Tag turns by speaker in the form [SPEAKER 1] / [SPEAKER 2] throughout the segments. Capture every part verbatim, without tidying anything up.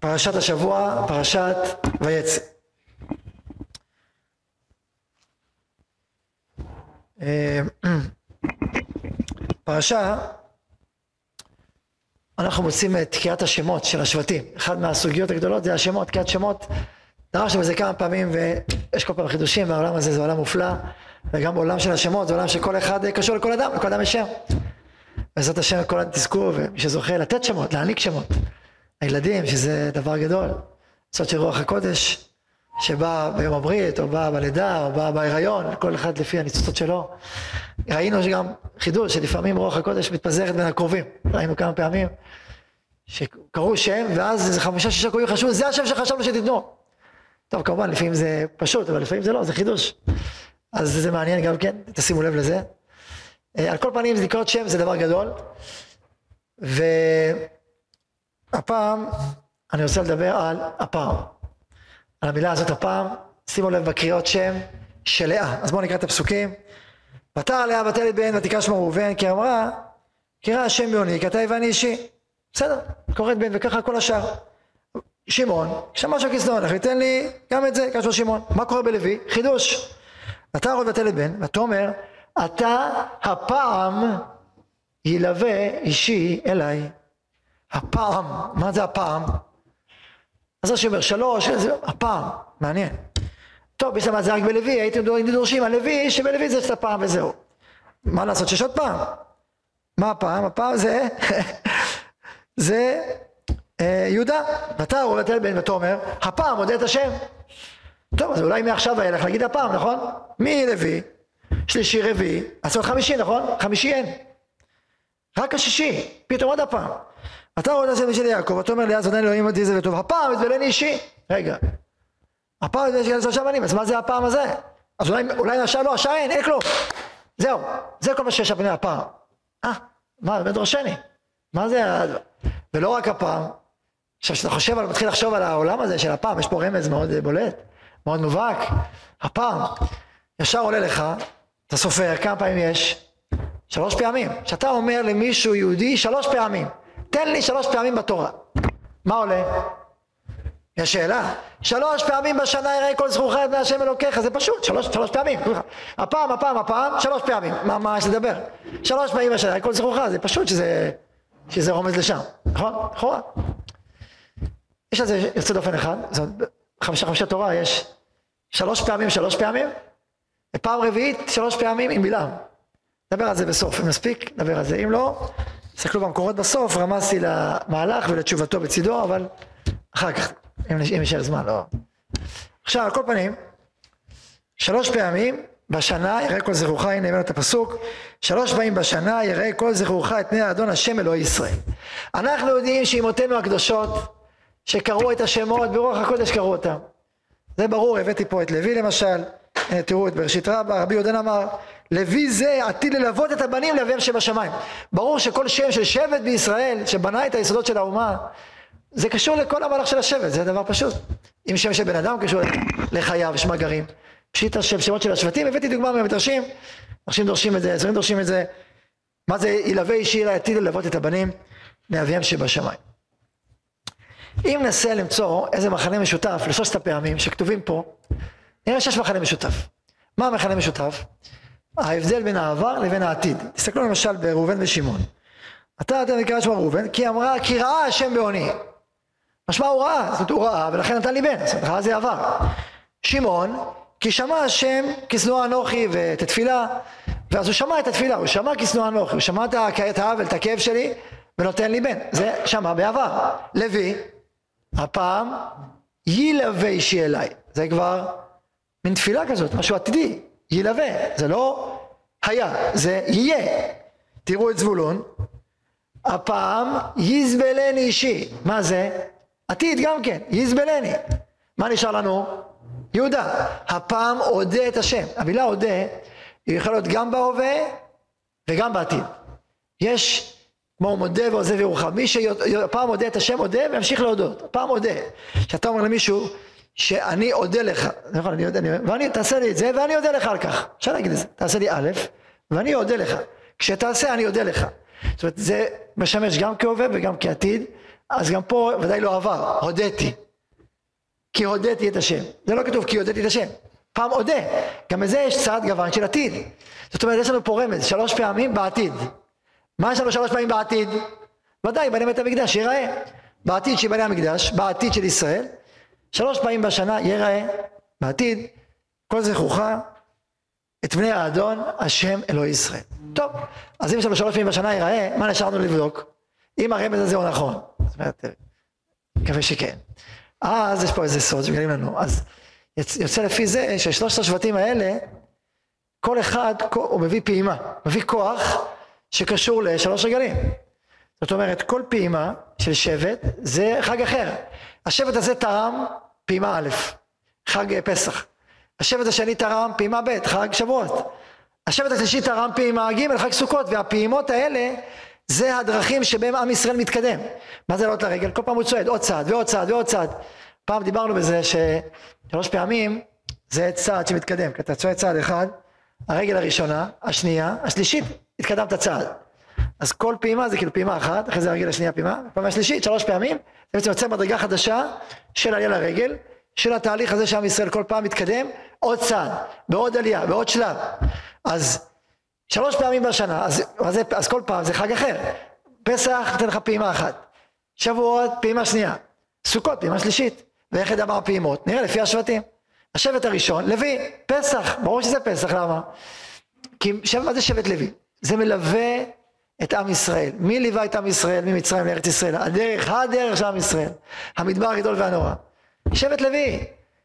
[SPEAKER 1] פרשת השבוע, פרשת ויצא. פרשה, אנחנו מוצאים את תקיעת השמות של השבטים. אחד מהסוגיות הגדולות זה השמות, תקיעת שמות. דרשנו בזה כמה פעמים ויש כל פעם חידושים, והעולם הזה זה עולם מופלא, וגם עולם של השמות זה עולם שכל אחד קשור לכל אדם, לכל אדם יש שם. בעזרת השם כל אדם תזכו, ומי שזוכה לתת שמות, להעניק שמות. הילדים, שזה דבר גדול, לעשות של רוח הקודש, שבא ביום הברית, או בא בלידה, או בא בהיריון, כל אחד לפי הניצוצות שלו. ראינו שגם חידוש, שלפעמים רוח הקודש מתפזרת בין הקרובים. ראינו כמה פעמים, שקראו שם, ואז איזה חמישה שישה קוראים חשבו, זה השם שחשבנו שתיתנו. טוב, כמובן, לפעמים זה פשוט, אבל לפעמים זה לא, זה חידוש. אז זה מעניין גם כן, תשימו לב לזה. על כל פנים, לקרוא שם זה דבר גדול. והפעם, אני רוצה לדבר על הפעם. על המילה הזאת הפעם, שימו לב בקריאות שם של לאה. אז בואו נקרא את הפסוקים. ותער לאה ותלד בן ותקרא שמו ראובן, כי אמרה, קרא השם ביוני, כתב ואני אישי. בסדר, קוראת בן וככה כל השאר. שמעון, שמע של כסדון, לך ייתן לי גם את זה, קרא שמו שמעון. מה קורה בלוי? חידוש. ותער עוד ותלד בן, ותאמר, אתה הפעם ילווה אישי אליי. הפעם, מה זה הפעם? אז זה אומר שלוש, הפעם, מעניין. טוב, בשביל זה רק בלוי, הייתם דורשים על לוי, שבלוי זה את הפעם וזהו. מה לעשות שיש עוד פעם? מה הפעם? הפעם זה, זה אה, יהודה. ותער עוד ותלד בן ותאמר, הפעם מודה את השם. טוב, אז אולי מעכשיו הילך להגיד הפעם, נכון? מי לוי? שלישי רביעי, אז עוד חמישי, נכון? חמישי אין. רק השישי, פתאום עוד הפעם. אתה רואה את השם של יעקב, אתה אומר לי, אז עדיין אלוהים אותי זה וטוב, הפעם יתבלני אישי. רגע, הפעם יתבלני אישי שלושה בנים, אז מה זה הפעם הזה? אז אולי, אולי נשאר לא, השעה אין, אין כלום. זהו, זה כל מה שיש הבני הפעם. אה, מה, באמת דורשני. מה זה? ולא רק הפעם. עכשיו, כשאתה חושב, מתחיל לחשוב על העולם הזה של הפעם, יש פה רמז מאוד בולט, מאוד מובהק. הפעם, ישר עולה לך, אתה סופר, כמה פעמים יש? שלוש פעמים. שאתה אומר למישהו יהודי, שלוש פעמים. תן לי שלוש פעמים בתורה. מה עולה? יש שאלה. שלוש פעמים בשנה יראה כל זכורך את בני השם אלוקיך. זה פשוט, שלוש, שלוש פעמים. הפעם, הפעם, הפעם, שלוש פעמים. מה, מה יש לדבר? שלוש פעמים בשנה יראה כל זכורך. זה פשוט שזה, שזה רומז לשם. נכון? נכון? יש על זה יוצא דופן אחד. זאת חמישה חמישה תורה יש שלוש פעמים, שלוש פעמים. ופעם רביעית, שלוש פעמים עם בלעם. נדבר על זה בסוף. אם נספיק, נדבר על זה. אם לא, תסתכלו במקורות בסוף, רמזתי למהלך ולתשובתו בצידו, אבל אחר כך, אם יש על זמן, לא. עכשיו, על כל פנים, שלוש פעמים בשנה יראה כל זכורך, הנה הבאנו את הפסוק, שלוש פעמים בשנה יראה כל זכורך את פני האדון השם אלוהי ישראל. אנחנו יודעים שאימותינו הקדושות, שקראו את השמות, ברוח הקודש קראו אותם. זה ברור, הבאתי פה את לוי למשל, הנה תראו את בראשית רבה, רבי יהודן אמר, לוי זה עתיד ללוות את הבנים לאביהם שבשמיים. ברור שכל שם של שבט בישראל שבנה את היסודות של האומה, זה קשור לכל המהלך של השבט, זה דבר פשוט. אם שם של בן אדם קשור לחייו, שמה גרים. פשיטה של שמות של השבטים, הבאתי דוגמה מהמדרשים, אנשים דורשים את זה, עשרים דורשים את זה. מה זה ילווה אישי עתיד ללוות את הבנים לאביהם שבשמיים. אם ננסה למצוא איזה מחנה משותף לשלושת הפעמים שכתובים פה, נראה שיש מחנה משותף. מה המחנה משותף? ההבדל בין העבר לבין העתיד. תסתכלו למשל בראובן ושמעון. אתה אתם נקרא שמו ראובן, כי אמרה, כי ראה השם בעוני. משמע הוא ראה, זאת אומרת הוא ראה, ולכן נתן לי בן, זאת אומרת ראה זה עבר. שמעון, כי שמע השם כשנוא אנוכי ואת התפילה, ואז הוא שמע את התפילה, הוא שמע כשנוא אנוכי, הוא שמע את העוול, את הכאב שלי, ונותן לי בן. זה שמע בעבר. לוי, הפעם, ילווה אישי אליי. זה כבר מין תפילה כזאת, משהו עתידי. ילווה, זה לא היה, זה יהיה. תראו את זבולון, הפעם יזבלני אישי. מה זה? עתיד גם כן, יזבלני. מה נשאר לנו? יהודה, הפעם עודה את השם. המילה עודה, היא יכולה להיות גם בהווה וגם בעתיד. יש, כמו מודה ועוזב ירוחם, מי שהפעם עודה את השם עודה והמשיך להודות. הפעם עודה. שאתה אומר למישהו, שאני אודה לך, נכון, אני יודע, ואני, תעשה לי את זה, ואני אודה לך על כך. אפשר להגיד את זה, תעשה לי א', ואני אודה לך. כשתעשה, אני אודה לך. זאת אומרת, זה משמש גם כהווה וגם כעתיד, אז גם פה ודאי לא עבר, הודיתי. כי הודיתי את השם. זה לא כתוב כי הודיתי את השם. פעם הודה. גם בזה יש צעד גוון של עתיד. זאת אומרת, יש לנו פה רמז, שלוש פעמים בעתיד. מה יש לנו שלוש פעמים בעתיד? ודאי, בנה בית המקדש, ייראה. בעתיד שיבנה המקדש, בעתיד של ישראל, שלוש פעמים בשנה ייראה. בעתיד, כל זכורך, את בני האדון, השם אלוהי ישראל. טוב, אז אם יש לנו שלוש פעמים בשנה ייראה, מה נשארנו לבדוק? אם הרמז הזה הוא נכון. זאת אומרת, מקווה שכן. אז יש פה איזה סוד שמגלים לנו. אז יוצא לפי זה ששלושת השבטים האלה, כל אחד הוא מביא פעימה, מביא כוח שקשור לשלוש רגלים. זאת אומרת, כל פעימה של שבט זה חג אחר. השבט הזה תרם פעימה א', חג פסח. השבט השני תרם פעימה ב', חג שבועות. השבט השלישי תרם פעימה ג', חג סוכות. והפעימות האלה זה הדרכים שבהם עם ישראל מתקדם. מה זה לעלות לרגל? כל פעם הוא צועד עוד צעד ועוד צעד ועוד צעד. פעם דיברנו בזה ששלוש פעמים זה צעד שמתקדם. כי אתה צועד צעד אחד, הרגל הראשונה, השנייה, השלישית, התקדמת צעד. אז כל פעימה זה כאילו פעימה אחת, אחרי זה הרגל השנייה פעימה, פעימה השלישית, שלוש פעמים, זה בעצם יוצא מדרגה חדשה של עלייה לרגל, של התהליך הזה שעם ישראל כל פעם מתקדם, עוד צעד, בעוד עלייה, בעוד שלב. אז שלוש פעמים בשנה, אז, אז, אז כל פעם זה חג אחר. פסח נותן לך פעימה אחת, שבועות פעימה שנייה, סוכות פעימה שלישית, ואיך ידע מה הפעימות? נראה לפי השבטים. השבט הראשון, לוי, פסח, ברור שזה פסח, למה? כי שבט, מה זה שבט לוי? זה מלווה את עם ישראל. מי ליווה את עם ישראל ממצרים לארץ ישראל? הדרך, הדרך של עם ישראל. המדבר הגדול והנורא. שבט לוי.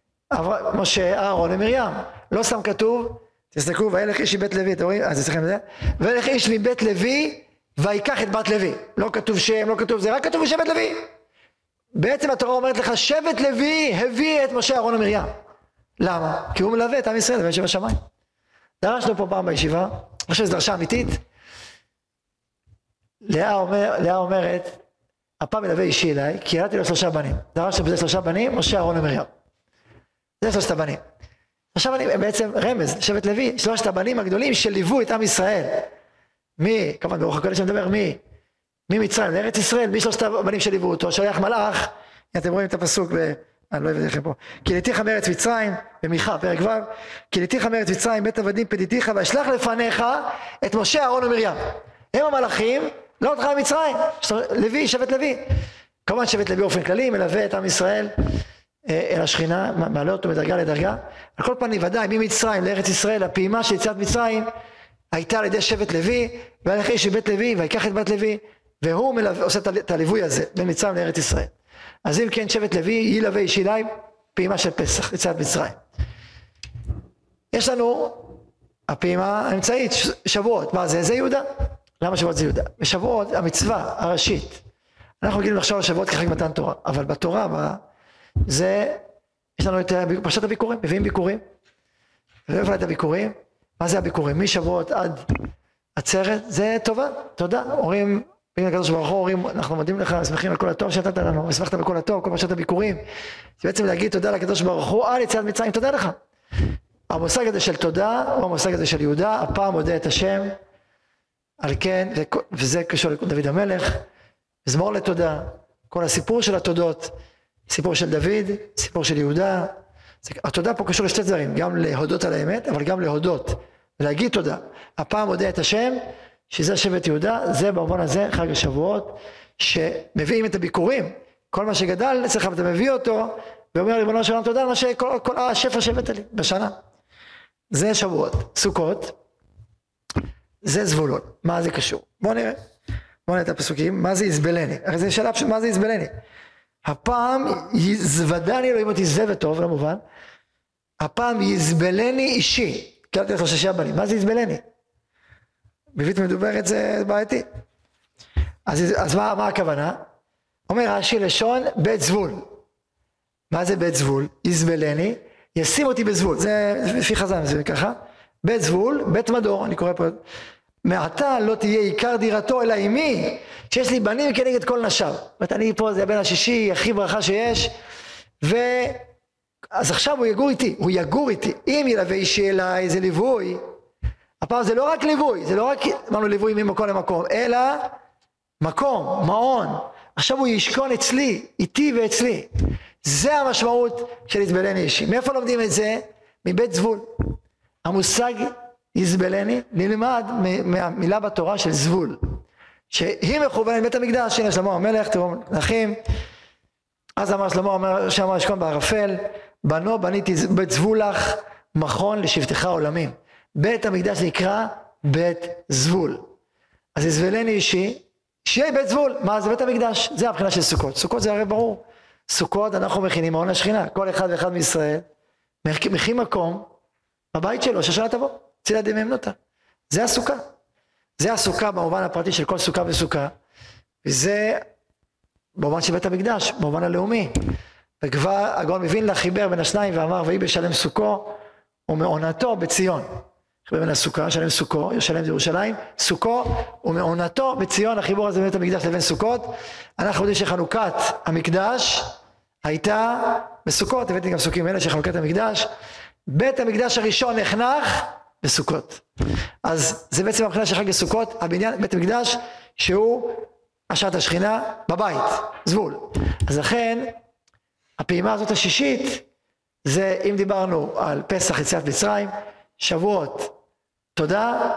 [SPEAKER 1] משה, אהרון ומרים. לא שם כתוב, תסתכלו, וילך איש מבית לוי, אתם רואים? אז תסתכלו על זה. וילך איש מבית לוי, ויקח את בת לוי. לא כתוב שם, לא כתוב זה, רק כתוב שבט לוי. בעצם התורה אומרת לך, שבט לוי הביא את משה, אהרון ומרים. למה? כי הוא מלווה את עם ישראל ויושב בשמיים. דרשנו פה פעם בישיבה, אני חושב שזו דרשה אמיתית. לאה, אומר, לאה אומרת, הפעם מלווה אישי אליי, כי ירדתי לו שלושה בנים. דרשנו בזה שלושה בנים, משה, אהרון ומרים. זה שלושת הבנים. שלושה בנים הם בעצם רמז, שבט לוי, שלושת הבנים הגדולים שליוו את עם ישראל. מי, כמובן ברוך הקודש מדבר, מי? ממצרים לארץ ישראל, מי שלושת הבנים שליוו אותו? שולח מלאך, אתם רואים את הפסוק ב... אני לא אביא לכם פה. כי ליתיך מארץ מצרים, במיכה, פרק ו', כי ליתיך מארץ מצרים, בית עבדים פדיתיך, ואשלח לפניך את משה, אהרון ומרים. הם המלאכים, לא אותך למצרים, לוי, שבט לוי. כמובן שבט לוי באופן כללי, מלווה את עם ישראל אל השכינה, מעלה אותו מדרגה לדרגה. על כל פנים, ודאי, ממצרים לארץ ישראל, הפעימה של יציאת מצרים, הייתה על ידי שבט לוי, והלך איש מבית לוי, ויקח את בת לוי, והוא מלווה, עושה את הליווי הזה, בין מצרים לארץ ישראל. אז אם כן שבט לוי ילווה איש אליי פעימה של פסח, יציאת מצרים. יש לנו הפעימה האמצעית, שבועות. מה זה? זה יהודה. למה שבועות זה יהודה? בשבועות המצווה הראשית. אנחנו רגילים לחשוב על שבועות כחג מתן תורה, אבל בתורה זה, יש לנו את פרשת הביקורים, מביאים ביקורים. ואיפה את הביקורים? מה זה הביקורים? משבועות עד עצרת, זה טובה, תודה. אומרים, ואם הקדוש ברוך הוא אומרים, אנחנו מודים לך, שמחים על כל הטוב שנתת לנו, ושמחת בכל הטוב, כל פרשת הביקורים. זה בעצם להגיד תודה לקדוש ברוך הוא על יציאת מצרים, תודה לך. המושג הזה של תודה, הוא המושג הזה של יהודה, הפעם מודה את השם, על כן, וזה קשור לדוד המלך, מזמור לתודה, כל הסיפור של התודות, סיפור של דוד, סיפור של יהודה, התודה פה קשור לשתי דברים, גם להודות על האמת, אבל גם להודות, ולהגיד תודה. הפעם מודה את השם, שזה שבט יהודה, זה במובן הזה חג השבועות, שמביאים את הביקורים, כל מה שגדל, אצלך אתה מביא אותו, ואומר ריבונו של עולם תודה על מה שכל כל השפע שהבאת לי בשנה. זה שבועות. סוכות, זה זבולון. מה זה קשור? בואו נראה. בואו נראה את הפסוקים. מה זה יזבלני? הרי זה שאלה פשוט, מה זה יזבלני? הפעם יזבדני אלוהים אותי זה וטוב, למובן. הפעם יזבלני אישי. קראתי לך ששי הבנים. מה זה יזבלני? בבית מדוברת זה בעייתי. אז, אז מה, מה הכוונה? אומר רש"י לשון בית זבול. מה זה בית זבול? יזבלני, ישים אותי בזבול. זה לפי חז"ל, זה ככה. בית זבול, בית מדור, אני קורא פה. מעתה לא תהיה עיקר דירתו אלא עימי, שיש לי בנים כנגד כל נשיו. זאת אומרת, אני פה, זה הבן השישי, הכי ברכה שיש, ו... אז עכשיו הוא יגור איתי, הוא יגור איתי. אם ילווה אישי אליי, זה ליווי, הפעם זה לא רק ליווי, זה לא רק אמרנו ליווי ממקום למקום, אלא מקום, מעון. עכשיו הוא ישכון אצלי, איתי ואצלי. זה המשמעות של יזבלני אישי. מאיפה לומדים את זה? מבית זבול. המושג יזבלני נלמד מהמילה בתורה של זבול, שהיא מכוונת בית המקדש. הנה שלמה המלך, תראו מלכים, אז אמר שלמה, אומר שם ישכון בערפל, בנו בניתי בית זבולך, מכון לשבטך עולמים. בית המקדש נקרא בית זבול. אז יזבלני אישי, שיהיה בית זבול. מה זה בית המקדש? זה הבחינה של סוכות. סוכות זה הרי ברור. סוכות אנחנו מכינים מעון השכינה. כל אחד ואחד מישראל מכין מקום בבית שלו, שהשנה תבוא. צילה דמיימנותה. זה הסוכה. זה הסוכה במובן הפרטי של כל סוכה וסוכה. וזה במובן של בית המקדש, במובן הלאומי. וכבר הגאון מווילנה חיבר בין השניים ואמר, ויהי בשלם סוכו ומעונתו בציון. חיבר בין הסוכה, שלם סוכו, שלם זה ירושלים, סוכו ומעונתו בציון. החיבור הזה בין בית המקדש לבין סוכות. אנחנו יודעים שחנוכת המקדש הייתה בסוכות, הבאתי גם סוכים אלה של חנוכת המקדש. בית המקדש הראשון נחנך בסוכות. אז זה בעצם הבחינה של חג הסוכות, הבניין, בית המקדש, שהוא השעת השכינה בבית, זבול. אז לכן, הפעימה הזאת השישית, זה אם דיברנו על פסח יציאת מצרים, שבועות, תודה,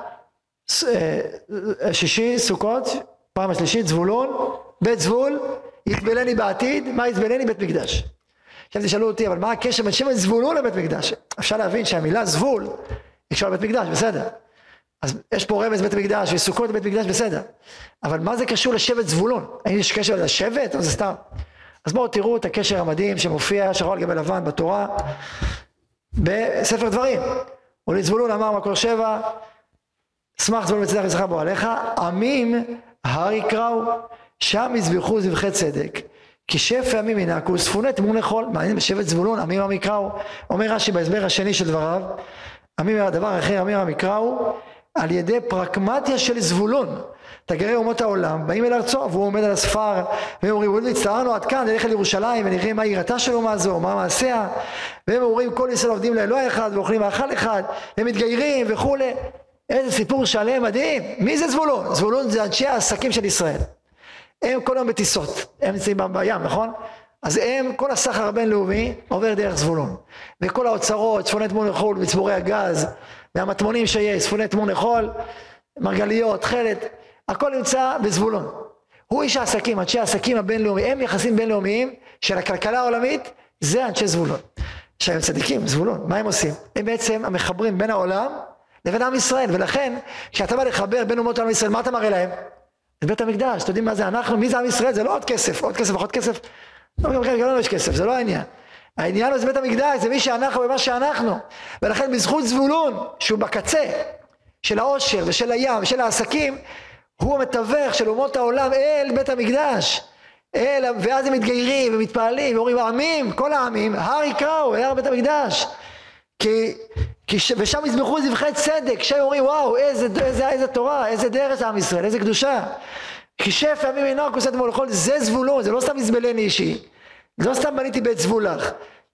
[SPEAKER 1] שישי, סוכות, פעם השלישית, זבולון, בית זבול, יתבלני בעתיד. מה יתבלני? בית מקדש. עכשיו תשאלו אותי, אבל מה הקשר בין שם זבולון לבית מקדש? אפשר להבין שהמילה זבול יקשור לבית מקדש, בסדר. אז יש פה רמז בית מקדש וסוכות בית מקדש, בסדר. אבל מה זה קשור לשבט זבולון? האם יש קשר לשבט או זה סתם? אז בואו תראו את הקשר המדהים שמופיע שחור על גבי לבן בתורה, בספר דברים. ולזבולון אמר מקור שבע, שמח זבולון וצדק יששכר באוהליך, עמים הר יקראו, שם יזבחו זבחי צדק, כי שפע עמים ינקו, ספוני תמוני חול. מעניין בשבט זבולון, עמים הר יקראו. אומר רש"י בהסבר השני של דבריו, עמים הדבר אחר, עמים הר יקראו, על ידי פרקמטיה של זבולון. תגרי אומות העולם, באים אל ארצו, והוא עומד על הספר, והם אומרים, הצטערנו עד כאן, נלך אל ירושלים, ונראה מה יראתה של אומה זו, מה מעשיה, והם אומרים, כל ישראל עובדים לאלוה אחד, ואוכלים מאכל אחד, הם מתגיירים וכו'. איזה סיפור שלם מדהים. מי זה זבולון? זבולון זה אנשי העסקים של ישראל. הם כל היום בטיסות, הם נמצאים בים, נכון? אז הם, כל הסחר הבינלאומי עובר דרך זבולון. וכל האוצרות, צפוני תמוני חול, מצבורי הגז, והמטמונים שיש, צפוני תמוני חול, מרגליות, תכלת, הכל נמצא בזבולון. הוא איש העסקים, אנשי העסקים הבינלאומיים, הם יחסים בינלאומיים של הכלכלה העולמית, זה אנשי זבולון. שהם צדיקים, זבולון, מה הם עושים? הם בעצם המחברים בין העולם לבין עם ישראל, ולכן, כשאתה בא לחבר בין אומות העולם ישראל, מה אתה מראה להם? את בית המקדש, אתם יודעים מה זה אנחנו? מי זה עם ישראל? זה לא עוד כסף, עוד כסף, עוד כסף. לא, גם כאן לא יש כסף, זה לא העניין. העניין הוא זה בית המקדש, זה מי שאנחנו ומה שאנחנו. ולכן בזכות זבולון, שהוא בקצה של העושר ושל הים ושל העסקים, הוא המתווך של אומות העולם אל בית המקדש. אל, ואז הם מתגיירים ומתפעלים ואומרים, העמים, כל העמים, הר יקראו, הר בית המקדש. כי, כי ש, ושם יזבחו זבחי צדק, שהם אומרים, וואו, איזה, איזה, איזה תורה, איזה דרך עם ישראל, איזה קדושה. כי שפע עמים ינקו, שאת מול חול, זה זבולון, זה לא סתם יזבלני אישי. זה לא סתם בניתי בית זבולך.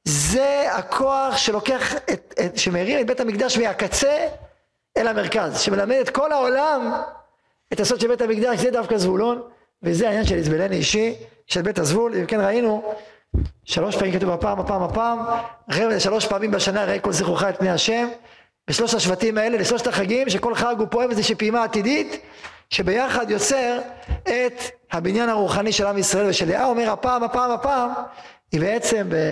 [SPEAKER 1] זה הכוח שלוקח, את, את, שמרים את בית המקדש מהקצה אל המרכז, שמלמד את כל העולם את הסוד של בית המקדש, זה דווקא זבולון, וזה העניין של יזבלני אישי, של בית הזבול. אם כן ראינו, שלוש פעמים כתוב הפעם, הפעם, הפעם, רבע שלוש פעמים בשנה, ראה כל זכורך את פני השם, בשלוש השבטים האלה, לשלושת החגים, שכל חג הוא פועם איזושהי פעימה עתידית, שביחד יוצר את הבניין הרוחני של עם ישראל ושל לאה. אומר הפעם, הפעם, הפעם, היא בעצם ב,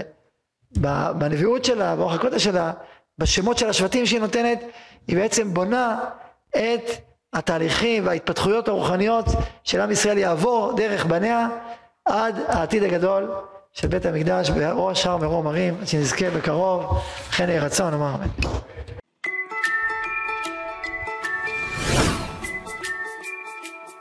[SPEAKER 1] ב, בנביאות שלה, באורח הקודש שלה, בשמות של השבטים שהיא נותנת, היא בעצם בונה את התהליכים וההתפתחויות הרוחניות של עם ישראל יעבור דרך בניה עד העתיד הגדול של בית המקדש, באור השער מרום הרים, עד שנזכה בקרוב, לכן יהי רצון, אמר אמן.